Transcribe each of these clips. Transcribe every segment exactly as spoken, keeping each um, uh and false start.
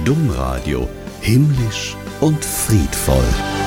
Domradio. Himmlisch und friedvoll.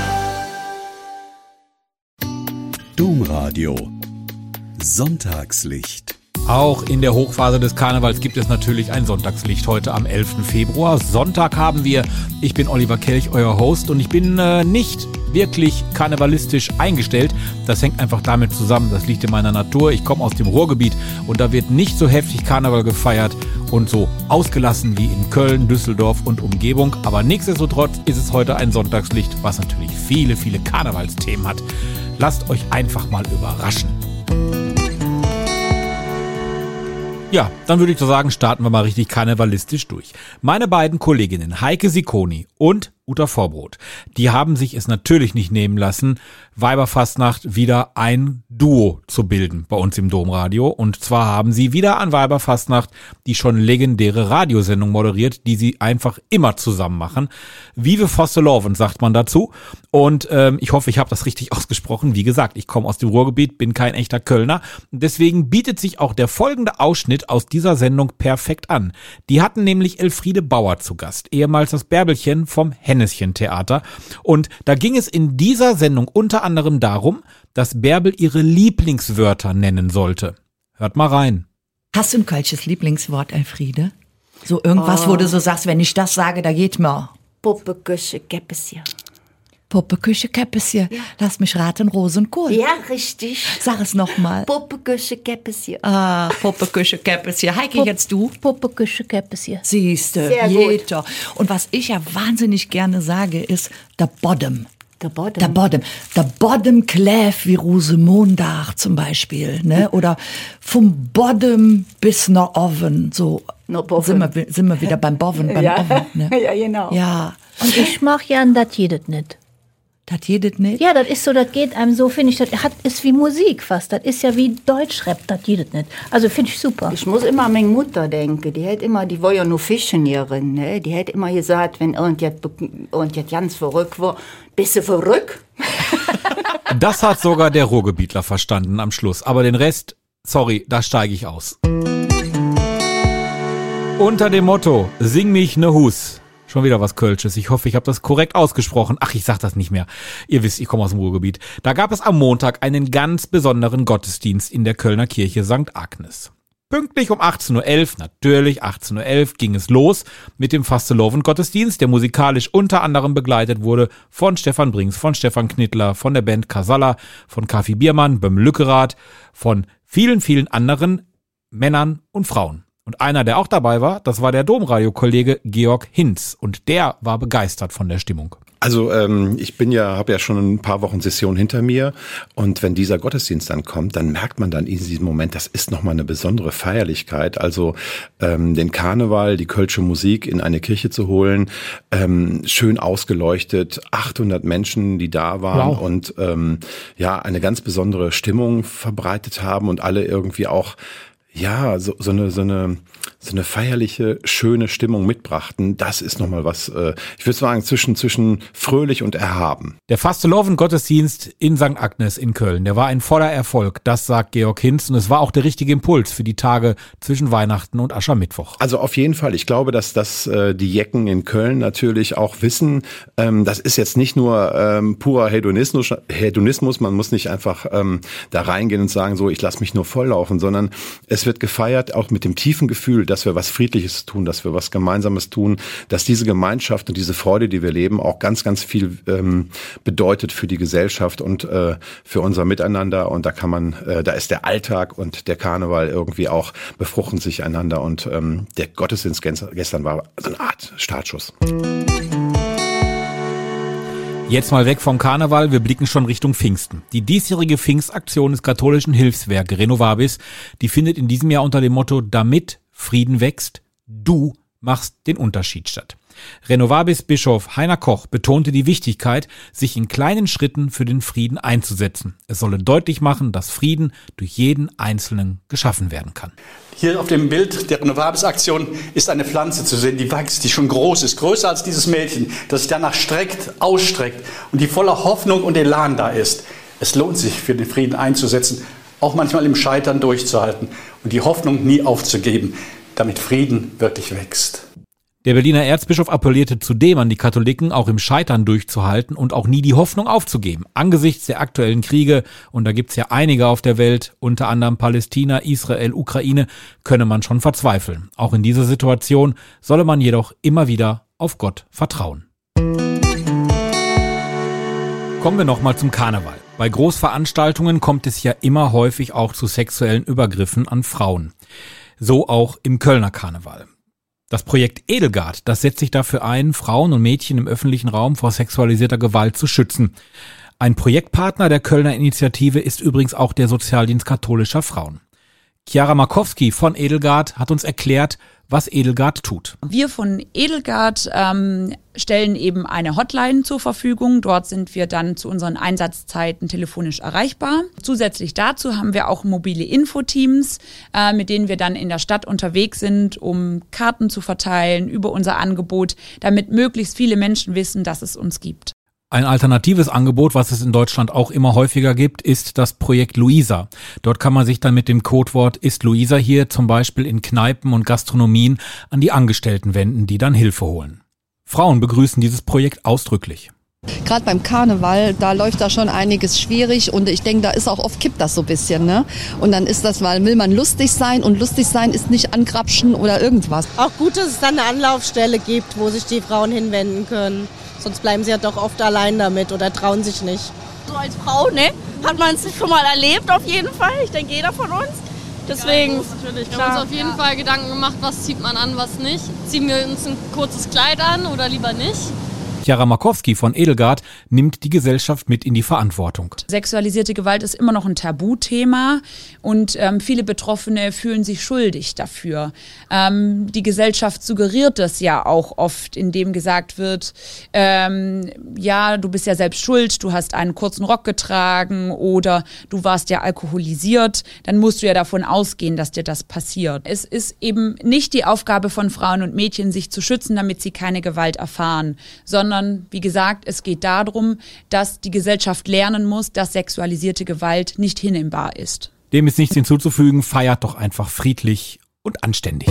Domradio. Sonntagslicht. Auch in der Hochphase des Karnevals gibt es natürlich ein Sonntagslicht heute am elften Februar. Sonntag haben wir. Ich bin Oliver Kelch, euer Host, und ich bin äh, nicht wirklich karnevalistisch eingestellt. Das hängt einfach damit zusammen, das liegt in meiner Natur. Ich komme aus dem Ruhrgebiet und da wird nicht so heftig Karneval gefeiert und so ausgelassen wie in Köln, Düsseldorf und Umgebung. Aber nichtsdestotrotz ist es heute ein Sonntagslicht, was natürlich viele, viele Karnevalsthemen hat. Lasst euch einfach mal überraschen. Ja, dann würde ich so sagen, starten wir mal richtig karnevalistisch durch. Meine beiden Kolleginnen Heike Sicconi und Uta Vorbrot, die haben sich es natürlich nicht nehmen lassen, Weiberfastnacht wieder ein Duo zu bilden bei uns im Domradio. Und zwar haben sie wieder an Weiberfastnacht die schon legendäre Radiosendung moderiert, die sie einfach immer zusammen machen. Vive Fosteloven sagt man dazu. Und ähm, ich hoffe, ich habe das richtig ausgesprochen. Wie gesagt, ich komme aus dem Ruhrgebiet, bin kein echter Kölner. Deswegen bietet sich auch der folgende Ausschnitt aus dieser Sendung perfekt an. Die hatten nämlich Elfriede Bauer zu Gast, ehemals das Bärbelchen vom Henneschen-Theater. Und da ging es in dieser Sendung unter anderem darum, dass Bärbel ihre Lieblingswörter nennen sollte. Hört mal rein. Hast du ein kölsches Lieblingswort, Elfriede? So irgendwas, oh. wo du so sagst, wenn ich das sage, da geht mir. Puppe, Küche, Käppchen. Puppe, Küche, Käppchen. Ja. Lass mich raten, Rosenkohl. Ja, richtig. Sag es nochmal. Puppe, Küche, Käppchen. Ah, Puppe, Küche, Käppchen. Heike, Pup- jetzt du? Puppe, Küche, Käppchen. Siehste, jeder. Und was ich ja wahnsinnig gerne sage, ist der Bottom. Der Bottom. Der Bottom. Der Bottom kläf wie Rosemondag zum Beispiel, ne? Oder vom Bottom bis nach Oven, so. No sind, wir, sind wir wieder beim Boven, beim ja. Oven, ne? Ja, genau. Ja. Und ich mach ja ein das jedet nicht. Das jedet nicht? Ja, das ist so, das geht einem so, finde ich, das hat, ist wie Musik fast. Das ist ja wie Deutschrap, das jedet nicht. Also finde ich super. Ich muss immer an meine Mutter denken. Die hat immer, die war ja nur Fischenierin, ne? Die hat immer gesagt, wenn irgendjemand, irgendjemand ganz verrückt war, bist du verrückt? Das hat sogar der Ruhrgebietler verstanden am Schluss. Aber den Rest, sorry, da steige ich aus. Unter dem Motto, sing mich ne Hus. Schon wieder was Kölsches. Ich hoffe, ich habe das korrekt ausgesprochen. Ach, ich sag das nicht mehr. Ihr wisst, ich komme aus dem Ruhrgebiet. Da gab es am Montag einen ganz besonderen Gottesdienst in der Kölner Kirche Sankt Agnes. Pünktlich um achtzehn Uhr elf, natürlich achtzehn Uhr elf, ging es los mit dem Fasteloven-Gottesdienst, der musikalisch unter anderem begleitet wurde von Stefan Brings, von Stefan Knittler, von der Band Casalla, von Kaffee Biermann, Böhm Lückerath, von vielen, vielen anderen Männern und Frauen. Und einer, der auch dabei war, das war der Domradio-Kollege Georg Hinz. Und der war begeistert von der Stimmung. Also ähm, ich bin ja, habe ja schon ein paar Wochen Session hinter mir. Und wenn dieser Gottesdienst dann kommt, dann merkt man dann in diesem Moment, das ist nochmal eine besondere Feierlichkeit. Also ähm, den Karneval, die kölsche Musik in eine Kirche zu holen, ähm, schön ausgeleuchtet, achthundert Menschen, die da waren. Wow. Und ähm, ja, eine ganz besondere Stimmung verbreitet haben und alle irgendwie auch ja, so, so eine, so eine, so eine feierliche, schöne Stimmung mitbrachten. Das ist nochmal was, äh, ich würde sagen, zwischen, zwischen fröhlich und erhaben. Der Fasteloven-Gottesdienst in Sankt Agnes in Köln, der war ein voller Erfolg. Das sagt Georg Hinz. Und es war auch der richtige Impuls für die Tage zwischen Weihnachten und Aschermittwoch. Also auf jeden Fall. Ich glaube, dass das äh, die Jecken in Köln natürlich auch wissen. Ähm, das ist jetzt nicht nur ähm, purer Hedonismus, Hedonismus. Man muss nicht einfach ähm, da reingehen und sagen, so, ich lasse mich nur volllaufen, sondern es wird gefeiert, auch mit dem tiefen Gefühl, dass wir was Friedliches tun, dass wir was Gemeinsames tun, dass diese Gemeinschaft und diese Freude, die wir leben, auch ganz, ganz viel ähm, bedeutet für die Gesellschaft und äh, für unser Miteinander. Und da kann man, äh, da ist der Alltag und der Karneval irgendwie auch befruchten sich einander. Und ähm, der Gottesdienst gestern war so eine Art Startschuss. Jetzt mal weg vom Karneval, wir blicken schon Richtung Pfingsten. Die diesjährige Pfingstaktion des katholischen Hilfswerks Renovabis, die findet in diesem Jahr unter dem Motto "Damit Frieden wächst, du machst den Unterschied" statt. Renovabis-Bischof Heiner Koch betonte die Wichtigkeit, sich in kleinen Schritten für den Frieden einzusetzen. Es solle deutlich machen, dass Frieden durch jeden Einzelnen geschaffen werden kann. Hier auf dem Bild der Renovabis-Aktion ist eine Pflanze zu sehen, die wächst, die schon groß ist, größer als dieses Mädchen, das sich danach streckt, ausstreckt und die voller Hoffnung und Elan da ist. Es lohnt sich, für den Frieden einzusetzen, auch manchmal im Scheitern durchzuhalten und die Hoffnung nie aufzugeben, damit Frieden wirklich wächst. Der Berliner Erzbischof appellierte zudem an die Katholiken, auch im Scheitern durchzuhalten und auch nie die Hoffnung aufzugeben. Angesichts der aktuellen Kriege, und da gibt's ja einige auf der Welt, unter anderem Palästina, Israel, Ukraine, könne man schon verzweifeln. Auch in dieser Situation solle man jedoch immer wieder auf Gott vertrauen. Kommen wir nochmal zum Karneval. Bei Großveranstaltungen kommt es ja immer häufig auch zu sexuellen Übergriffen an Frauen. So auch im Kölner Karneval. Das Projekt Edelgard, das setzt sich dafür ein, Frauen und Mädchen im öffentlichen Raum vor sexualisierter Gewalt zu schützen. Ein Projektpartner der Kölner Initiative ist übrigens auch der Sozialdienst katholischer Frauen. Chiara Markowski von Edelgard hat uns erklärt, was Edelgard tut. Wir von Edelgard ähm, stellen eben eine Hotline zur Verfügung. Dort sind wir dann zu unseren Einsatzzeiten telefonisch erreichbar. Zusätzlich dazu haben wir auch mobile Infoteams, äh, mit denen wir dann in der Stadt unterwegs sind, um Karten zu verteilen über unser Angebot, damit möglichst viele Menschen wissen, dass es uns gibt. Ein alternatives Angebot, was es in Deutschland auch immer häufiger gibt, ist das Projekt Luisa. Dort kann man sich dann mit dem Codewort Ist Luisa hier zum Beispiel in Kneipen und Gastronomien an die Angestellten wenden, die dann Hilfe holen. Frauen begrüßen dieses Projekt ausdrücklich. Gerade beim Karneval, da läuft da schon einiges schwierig und ich denke, da ist auch oft kippt das so ein bisschen, ne? Und dann ist das, weil will man lustig sein und lustig sein ist nicht angrapschen oder irgendwas. Auch gut, dass es dann eine Anlaufstelle gibt, wo sich die Frauen hinwenden können. Sonst bleiben sie ja doch oft allein damit oder trauen sich nicht. So als Frau, ne, hat man es schon mal erlebt auf jeden Fall. Ich denke, jeder von uns. Deswegen, ja, natürlich. Wir haben uns auf jeden ja. Fall Gedanken gemacht, was zieht man an, was nicht. Ziehen wir uns ein kurzes Kleid an oder lieber nicht? Chiara Markowski von Edelgard nimmt die Gesellschaft mit in die Verantwortung. Sexualisierte Gewalt ist immer noch ein Tabuthema und ähm, viele Betroffene fühlen sich schuldig dafür. Ähm, die Gesellschaft suggeriert das ja auch oft, indem gesagt wird, ähm, ja, du bist ja selbst schuld, du hast einen kurzen Rock getragen oder du warst ja alkoholisiert, dann musst du ja davon ausgehen, dass dir das passiert. Es ist eben nicht die Aufgabe von Frauen und Mädchen, sich zu schützen, damit sie keine Gewalt erfahren, sondern wie gesagt, es geht darum, dass die Gesellschaft lernen muss, dass sexualisierte Gewalt nicht hinnehmbar ist. Dem ist nichts hinzuzufügen, feiert doch einfach friedlich und anständig.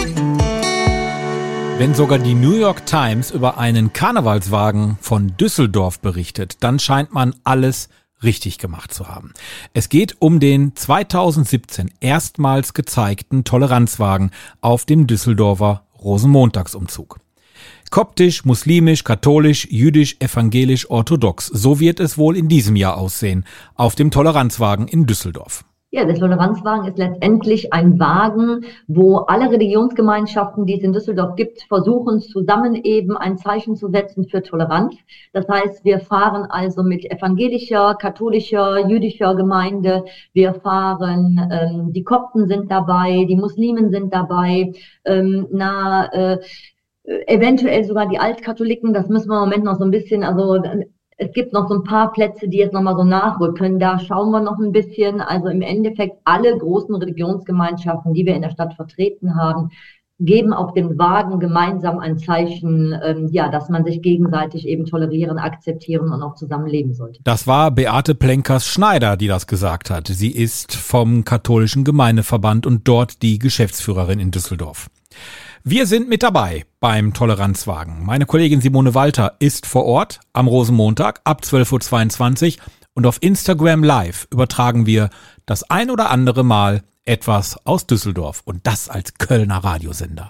Wenn sogar die New York Times über einen Karnevalswagen von Düsseldorf berichtet, dann scheint man alles richtig gemacht zu haben. Es geht um den zweitausendsiebzehn erstmals gezeigten Toleranzwagen auf dem Düsseldorfer Rosenmontagsumzug. Koptisch, muslimisch, katholisch, jüdisch, evangelisch, orthodox. So wird es wohl in diesem Jahr aussehen auf dem Toleranzwagen in Düsseldorf. Ja, der Toleranzwagen ist letztendlich ein Wagen, wo alle Religionsgemeinschaften, die es in Düsseldorf gibt, versuchen zusammen eben ein Zeichen zu setzen für Toleranz. Das heißt, wir fahren also mit evangelischer, katholischer, jüdischer Gemeinde. Wir fahren, ähm, die Kopten sind dabei, die Muslimen sind dabei, ähm, na, äh, eventuell sogar die Altkatholiken, das müssen wir im Moment noch so ein bisschen, also es gibt noch so ein paar Plätze, die jetzt nochmal so nachrücken, da schauen wir noch ein bisschen, also im Endeffekt alle großen Religionsgemeinschaften, die wir in der Stadt vertreten haben, geben auf dem Wagen gemeinsam ein Zeichen, ähm, ja, dass man sich gegenseitig eben tolerieren, akzeptieren und auch zusammenleben sollte. Das war Beate Plenkers-Schneider, die das gesagt hat. Sie ist vom katholischen Gemeindeverband und dort die Geschäftsführerin in Düsseldorf. Wir sind mit dabei beim Toleranzwagen. Meine Kollegin Simone Walter ist vor Ort am Rosenmontag ab zwölf Uhr zweiundzwanzig und auf Instagram Live übertragen wir das ein oder andere Mal etwas aus Düsseldorf und das als Kölner Radiosender.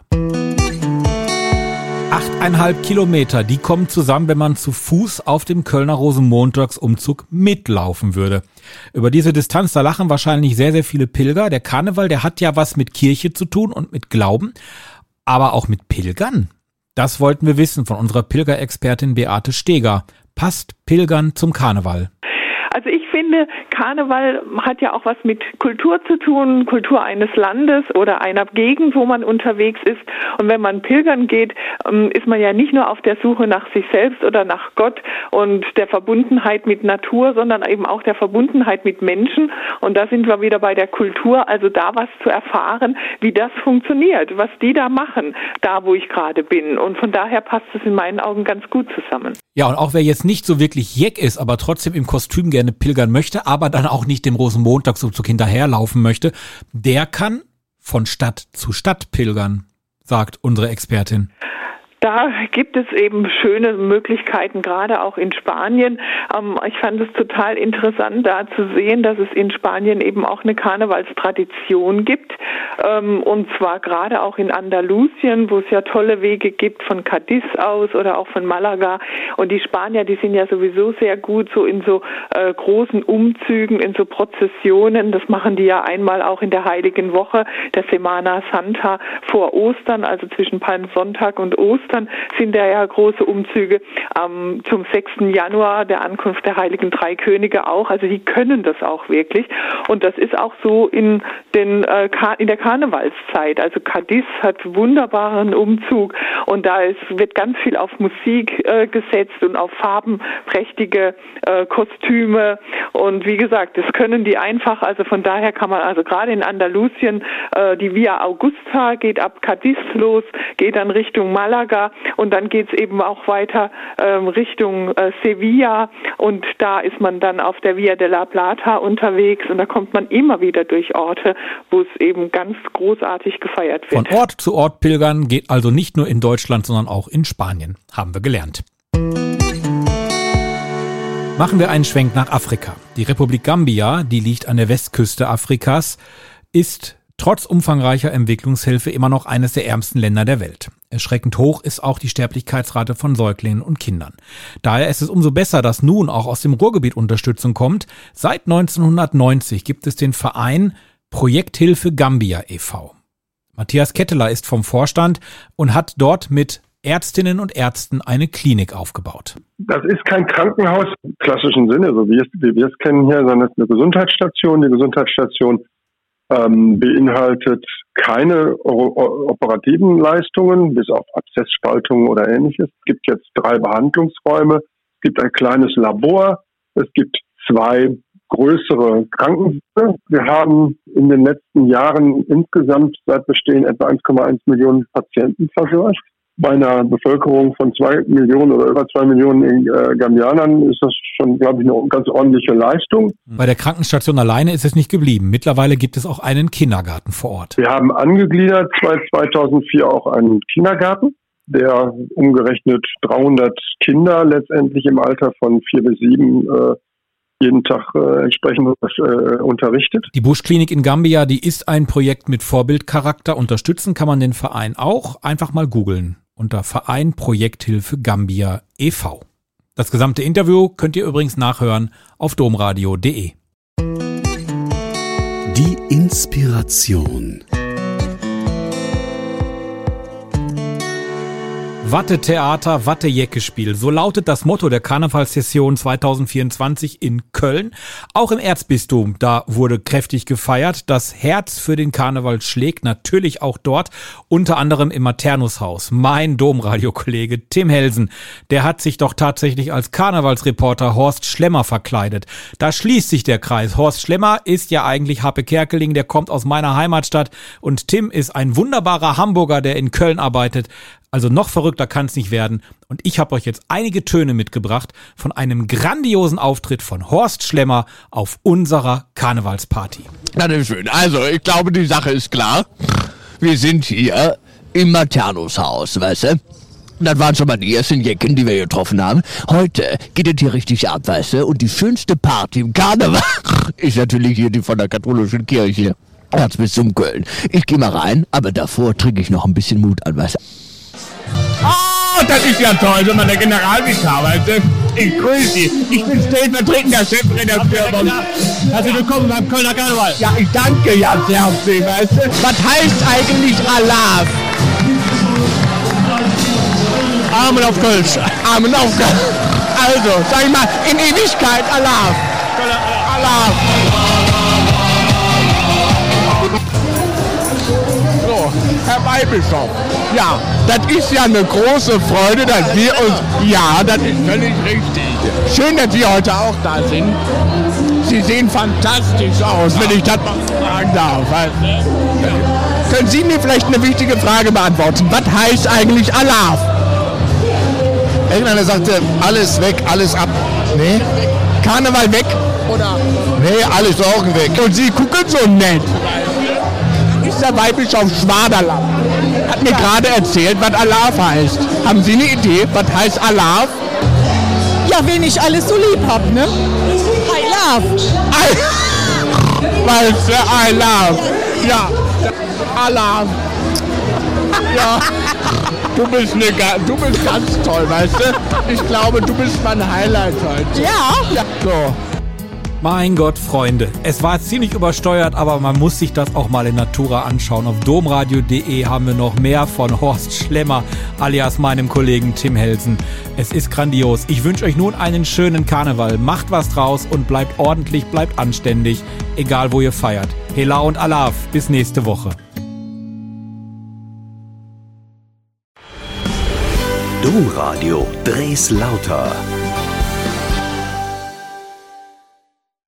Achteinhalb Kilometer, die kommen zusammen, wenn man zu Fuß auf dem Kölner Rosenmontagsumzug mitlaufen würde. Über diese Distanz, da lachen wahrscheinlich sehr, sehr viele Pilger. Der Karneval, der hat ja was mit Kirche zu tun und mit Glauben. Aber auch mit Pilgern? Das wollten wir wissen von unserer Pilgerexpertin Beate Steger. Passt Pilgern zum Karneval? Also ich finde, Karneval hat ja auch was mit Kultur zu tun, Kultur eines Landes oder einer Gegend, wo man unterwegs ist. Und wenn man pilgern geht, ist man ja nicht nur auf der Suche nach sich selbst oder nach Gott und der Verbundenheit mit Natur, sondern eben auch der Verbundenheit mit Menschen. Und da sind wir wieder bei der Kultur, also da was zu erfahren, wie das funktioniert, was die da machen, da wo ich gerade bin. Und von daher passt es in meinen Augen ganz gut zusammen. Ja, und auch wer jetzt nicht so wirklich jeck ist, aber trotzdem im Kostüm gerne pilgern möchte, aber dann auch nicht dem Rosenmontagsumzug hinterherlaufen möchte, der kann von Stadt zu Stadt pilgern, sagt unsere Expertin. Da gibt es eben schöne Möglichkeiten, gerade auch in Spanien. Ähm, ich fand es total interessant, da zu sehen, dass es in Spanien eben auch eine Karnevalstradition gibt. Ähm, und zwar gerade auch in Andalusien, wo es ja tolle Wege gibt, von Cadiz aus oder auch von Malaga. Und die Spanier, die sind ja sowieso sehr gut so in so äh, großen Umzügen, in so Prozessionen. Das machen die ja einmal auch in der Heiligen Woche, der Semana Santa vor Ostern, also zwischen Palmsonntag und Ostern sind da ja große Umzüge, ähm, zum sechsten Januar, der Ankunft der Heiligen Drei Könige auch. Also die können das auch wirklich. Und das ist auch so in den äh, in der Karnevalszeit. Also Cadiz hat wunderbaren Umzug und da ist, wird ganz viel auf Musik äh, gesetzt und auf farbenprächtige äh, Kostüme. Und wie gesagt, das können die einfach. Also von daher kann man also gerade in Andalusien äh, die Via Augusta geht ab Cadiz los, geht dann Richtung Malaga und dann geht's eben auch weiter ähm, Richtung äh, Sevilla und da ist man dann auf der Via de la Plata unterwegs und da kommt man immer wieder durch Orte, wo es eben ganz großartig gefeiert wird. Von Ort zu Ort pilgern geht also nicht nur in Deutschland, sondern auch in Spanien, haben wir gelernt. Machen wir einen Schwenk nach Afrika. Die Republik Gambia, die liegt an der Westküste Afrikas, ist trotz umfangreicher Entwicklungshilfe immer noch eines der ärmsten Länder der Welt. Erschreckend hoch ist auch die Sterblichkeitsrate von Säuglingen und Kindern. Daher ist es umso besser, dass nun auch aus dem Ruhrgebiet Unterstützung kommt. Seit neunzehnhundertneunzig gibt es den Verein Projekthilfe Gambia e V Matthias Ketteler ist vom Vorstand und hat dort mit Ärztinnen und Ärzten eine Klinik aufgebaut. Das ist kein Krankenhaus im klassischen Sinne, so wie, es, wie wir es kennen hier, sondern es ist eine Gesundheitsstation. Die Gesundheitsstation ähm, beinhaltet keine o- operativen Leistungen, bis auf Abszessspaltungen oder Ähnliches. Es gibt jetzt drei Behandlungsräume, es gibt ein kleines Labor, es gibt zwei größere Krankenhäuser. Wir haben in den letzten Jahren insgesamt seit Bestehen etwa eins Komma eins Millionen Patienten versorgt. Bei einer Bevölkerung von zwei Millionen oder über zwei Millionen äh, Gambianern ist das schon, glaube ich, eine ganz ordentliche Leistung. Bei der Krankenstation alleine ist es nicht geblieben. Mittlerweile gibt es auch einen Kindergarten vor Ort. Wir haben angegliedert seit zweitausendvier auch einen Kindergarten, der umgerechnet dreihundert Kinder letztendlich im Alter von vier bis sieben äh, jeden Tag äh, entsprechend äh, unterrichtet. Die Busch-Klinik in Gambia, die ist ein Projekt mit Vorbildcharakter. Unterstützen kann man den Verein auch. Einfach mal googeln unter Verein Projekthilfe Gambia e V Das gesamte Interview könnt ihr übrigens nachhören auf domradio punkt de. Die Inspiration. Wattetheater, Wattejecke-Spiel. So lautet das Motto der Karnevalssession zweitausendvierundzwanzig in Köln. Auch im Erzbistum, da wurde kräftig gefeiert. Das Herz für den Karneval schlägt natürlich auch dort, unter anderem im Maternushaus. Mein Domradio-Kollege Tim Helsen, der hat sich doch tatsächlich als Karnevalsreporter Horst Schlemmer verkleidet. Da schließt sich der Kreis. Horst Schlemmer ist ja eigentlich Happe Kerkeling, der kommt aus meiner Heimatstadt und Tim ist ein wunderbarer Hamburger, der in Köln arbeitet. Also noch verrückter kann es nicht werden. Und ich habe euch jetzt einige Töne mitgebracht von einem grandiosen Auftritt von Horst Schlemmer auf unserer Karnevalsparty. Na, das ist schön. Also, ich glaube, die Sache ist klar. Wir sind hier im Maternushaus, weißt du? Das waren schon mal die ersten Jecken, die wir getroffen haben. Heute geht es hier richtig ab, weißt du? Und die schönste Party im Karneval ist natürlich hier die von der katholischen Kirche. Erzbistum Köln. Ich gehe mal rein, aber davor trinke ich noch ein bisschen Mut an, weißt du? Oh, das ist ja toll, wenn man der Generalvikar, weißt du? Ich grüße Sie. Ich bin stellvertretender Chefredakteur vom... Herzlich willkommen beim Kölner Karneval. Ja, ich danke ganz herzlich, weißt du? Was heißt eigentlich Allah? Amen auf Kölsch. Amen auf Kölsch. Also, sag ich mal, in Ewigkeit Allah. Allah. So, Herr Weihbischof. Ja, das ist ja eine große Freude, dass wir uns... Ja, das ist völlig richtig. Schön, dass Sie heute auch da sind. Sie sehen fantastisch aus, wenn ich das mal fragen darf. Weißt du? Können Sie mir vielleicht eine wichtige Frage beantworten? Was heißt eigentlich Allah? Irgendeiner sagte, alles weg, alles ab. Nee? Karneval weg? Oder? Nee, alle Sorgen weg. Und Sie gucken so nett. Ist der Weihbischof Schwaderlapp? hat mir gerade erzählt, was Alaf heißt. Haben Sie eine Idee, was heißt Alaf? Ja, wen ich alles so lieb hab, ne? I love. Weißt du, I love. Ja, Alaf. Ja, du bist, eine, du bist ganz toll, weißt du? Ich glaube, du bist mein Highlight heute. Ja. Ja. So. Mein Gott, Freunde, es war ziemlich übersteuert, aber man muss sich das auch mal in Natura anschauen. Auf domradio punkt de haben wir noch mehr von Horst Schlemmer alias meinem Kollegen Tim Helsen. Es ist grandios. Ich wünsche euch nun einen schönen Karneval. Macht was draus und bleibt ordentlich, bleibt anständig, egal wo ihr feiert. Hela und Alaf, bis nächste Woche. Domradio Dres Lauter.